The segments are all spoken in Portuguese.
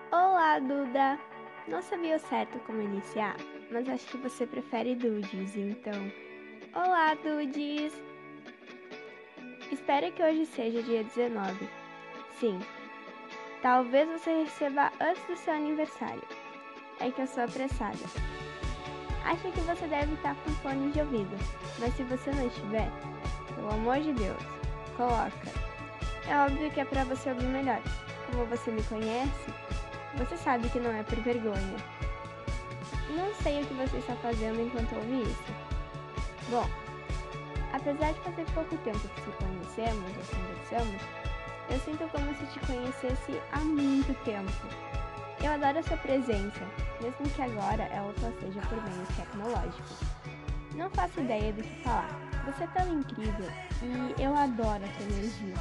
Olá, Duda! Não sabia o certo como iniciar, mas acho que você prefere Dudes, então... Olá, Dudes! Espero que hoje seja dia 19. Sim, talvez você receba antes do seu aniversário. É que eu sou apressada. Acho que você deve estar com fone de ouvido, mas se você não estiver, pelo amor de Deus, coloca. É óbvio que é pra você ouvir melhor. Como você me conhece, você sabe que não é por vergonha. Não sei o que você está fazendo enquanto ouve isso. Bom, apesar de fazer pouco tempo que se conhecemos ou conversamos, eu sinto como se te conhecesse há muito tempo. Eu adoro a sua presença, mesmo que agora ela só seja por meios tecnológicos. Não faço ideia do que falar. Você é tão incrível e eu adoro a sua energia.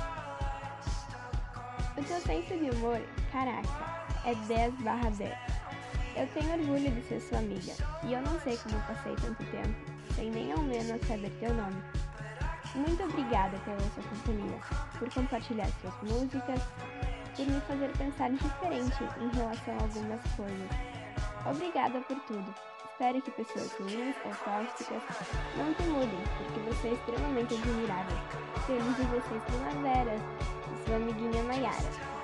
O seu senso de humor, caraca, é 10/10. Eu tenho orgulho de ser sua amiga, e eu não sei como passei tanto tempo, sem nem ao menos saber teu nome. Muito obrigada pela sua companhia, por compartilhar suas músicas, por me fazer pensar diferente em relação a algumas coisas. Obrigada por tudo. Espero que pessoas ruins ou tóxicas não te mudem, porque você é extremamente admirável. Feliz 16 primaveras, sua amiguinha Mayara.